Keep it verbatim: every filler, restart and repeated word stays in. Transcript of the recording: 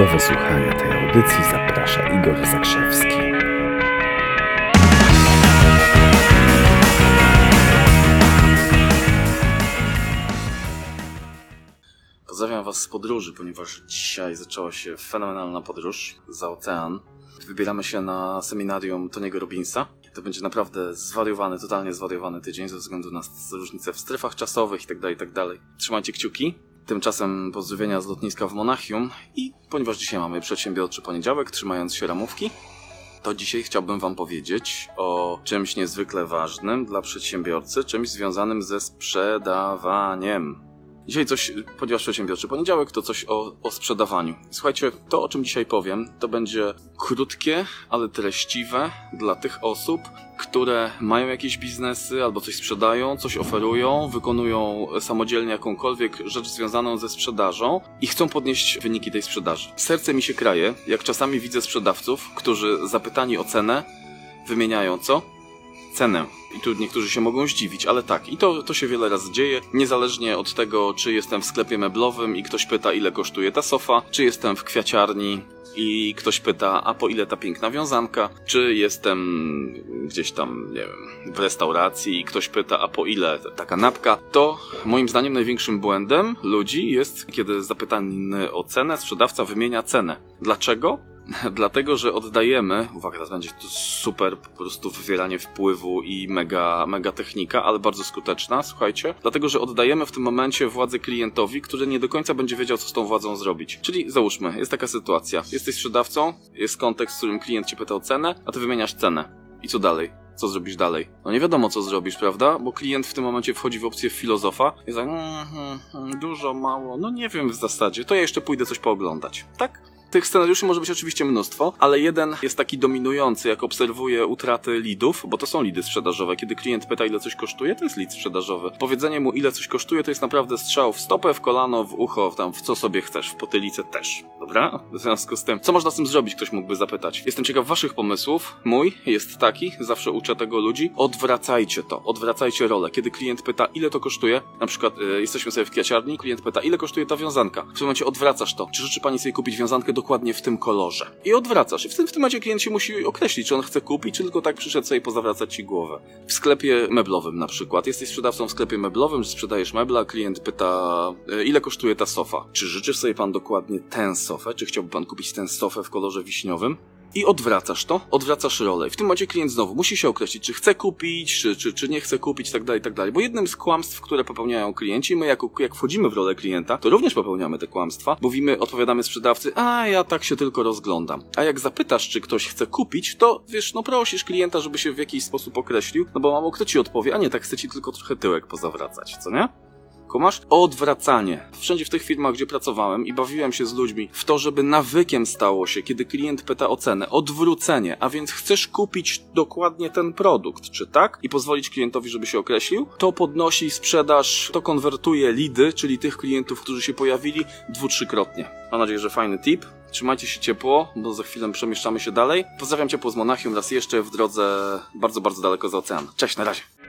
Do wysłuchania tej audycji zaprasza Igor Zakrzewski. Pozdrawiam Was z podróży, ponieważ dzisiaj zaczęła się fenomenalna podróż za ocean. Wybieramy się na seminarium Tony'ego Robbinsa. To będzie naprawdę zwariowany, totalnie zwariowany tydzień ze względu na różnice w strefach czasowych itd., itd. Trzymajcie kciuki. Tymczasem pozdrowienia z lotniska w Monachium i ponieważ dzisiaj mamy przedsiębiorczy poniedziałek, trzymając się ramówki, to dzisiaj chciałbym Wam powiedzieć o czymś niezwykle ważnym dla przedsiębiorcy, czymś związanym ze sprzedawaniem. Dzisiaj coś, ponieważ przedsiębiorczy poniedziałek, to coś o, o sprzedawaniu. Słuchajcie, to o czym dzisiaj powiem, to będzie krótkie, ale treściwe dla tych osób, które mają jakieś biznesy albo coś sprzedają, coś oferują, wykonują samodzielnie jakąkolwiek rzecz związaną ze sprzedażą i chcą podnieść wyniki tej sprzedaży. Serce mi się kraje, jak czasami widzę sprzedawców, którzy zapytani o cenę wymieniają co? Cenę. I tu niektórzy się mogą zdziwić, ale tak. I to, to się wiele razy dzieje, niezależnie od tego, czy jestem w sklepie meblowym i ktoś pyta, ile kosztuje ta sofa, czy jestem w kwiaciarni i ktoś pyta, a po ile ta piękna wiązanka, czy jestem gdzieś tam, nie wiem, w restauracji i ktoś pyta, a po ile ta kanapka, to moim zdaniem największym błędem ludzi jest, kiedy zapytany o cenę, sprzedawca wymienia cenę. Dlaczego? Dlatego, że oddajemy, uwaga, teraz będzie to super po prostu wywieranie wpływu i mega, mega technika, ale bardzo skuteczna, słuchajcie. Dlatego, że oddajemy w tym momencie władzę klientowi, który nie do końca będzie wiedział, co z tą władzą zrobić. Czyli załóżmy, jest taka sytuacja, jesteś sprzedawcą, jest kontekst, w którym klient cię pyta o cenę, a ty wymieniasz cenę. I co dalej? Co zrobisz dalej? No nie wiadomo, co zrobisz, prawda? Bo klient w tym momencie wchodzi w opcję filozofa i jest tak, mm, mm, dużo, mało, no nie wiem w zasadzie, to ja jeszcze pójdę coś pooglądać, tak? Tych scenariuszy może być oczywiście mnóstwo, ale jeden jest taki dominujący, jak obserwuję utraty leadów, bo to są leady sprzedażowe. Kiedy klient pyta, ile coś kosztuje, to jest lead sprzedażowy. Powiedzenie mu, ile coś kosztuje, to jest naprawdę strzał w stopę, w kolano, w ucho, w tam w co sobie chcesz, w potylicę też. Dobra? W związku z tym, co można z tym zrobić, ktoś mógłby zapytać. Jestem ciekaw waszych pomysłów. Mój jest taki, zawsze uczę tego ludzi, odwracajcie to, odwracajcie rolę. Kiedy klient pyta, ile to kosztuje, na przykład yy, jesteśmy sobie w kwiaciarni, klient pyta, ile kosztuje ta wiązanka. W tym momencie odwracasz to. Czy życzy pani sobie kupić wiązankę do dokładnie w tym kolorze. I odwracasz. I w tym, w tym momencie klient się musi określić, czy on chce kupić, czy tylko tak przyszedł sobie pozawracać ci głowę. W sklepie meblowym na przykład. Jesteś sprzedawcą w sklepie meblowym, że sprzedajesz mebla, klient pyta, ile kosztuje ta sofa. Czy życzy sobie pan dokładnie tę sofę? Czy chciałby pan kupić tę sofę w kolorze wiśniowym? I odwracasz to, odwracasz rolę. I w tym momencie klient znowu musi się określić, czy chce kupić, czy, czy, czy nie chce kupić, tak dalej, tak dalej. Bo jednym z kłamstw, które popełniają klienci, my jako, jak wchodzimy w rolę klienta, to również popełniamy te kłamstwa. Mówimy, odpowiadamy sprzedawcy, a ja tak się tylko rozglądam. A jak zapytasz, czy ktoś chce kupić, to wiesz, no prosisz klienta, żeby się w jakiś sposób określił, no bo mało kto ci odpowie, a nie, tak chce ci tylko trochę tyłek pozawracać, co nie? Kumasz? Odwracanie. Wszędzie w tych firmach, gdzie pracowałem i bawiłem się z ludźmi w to, żeby nawykiem stało się, kiedy klient pyta o cenę, odwrócenie, a więc chcesz kupić dokładnie ten produkt, czy tak? I pozwolić klientowi, żeby się określił, to podnosi sprzedaż, to konwertuje leady, czyli tych klientów, którzy się pojawili, dwu, trzykrotnie. Mam nadzieję, że fajny tip. Trzymajcie się ciepło, bo za chwilę przemieszczamy się dalej. Pozdrawiam ciepło z Monachium raz jeszcze w drodze bardzo, bardzo daleko za ocean. Cześć, na razie.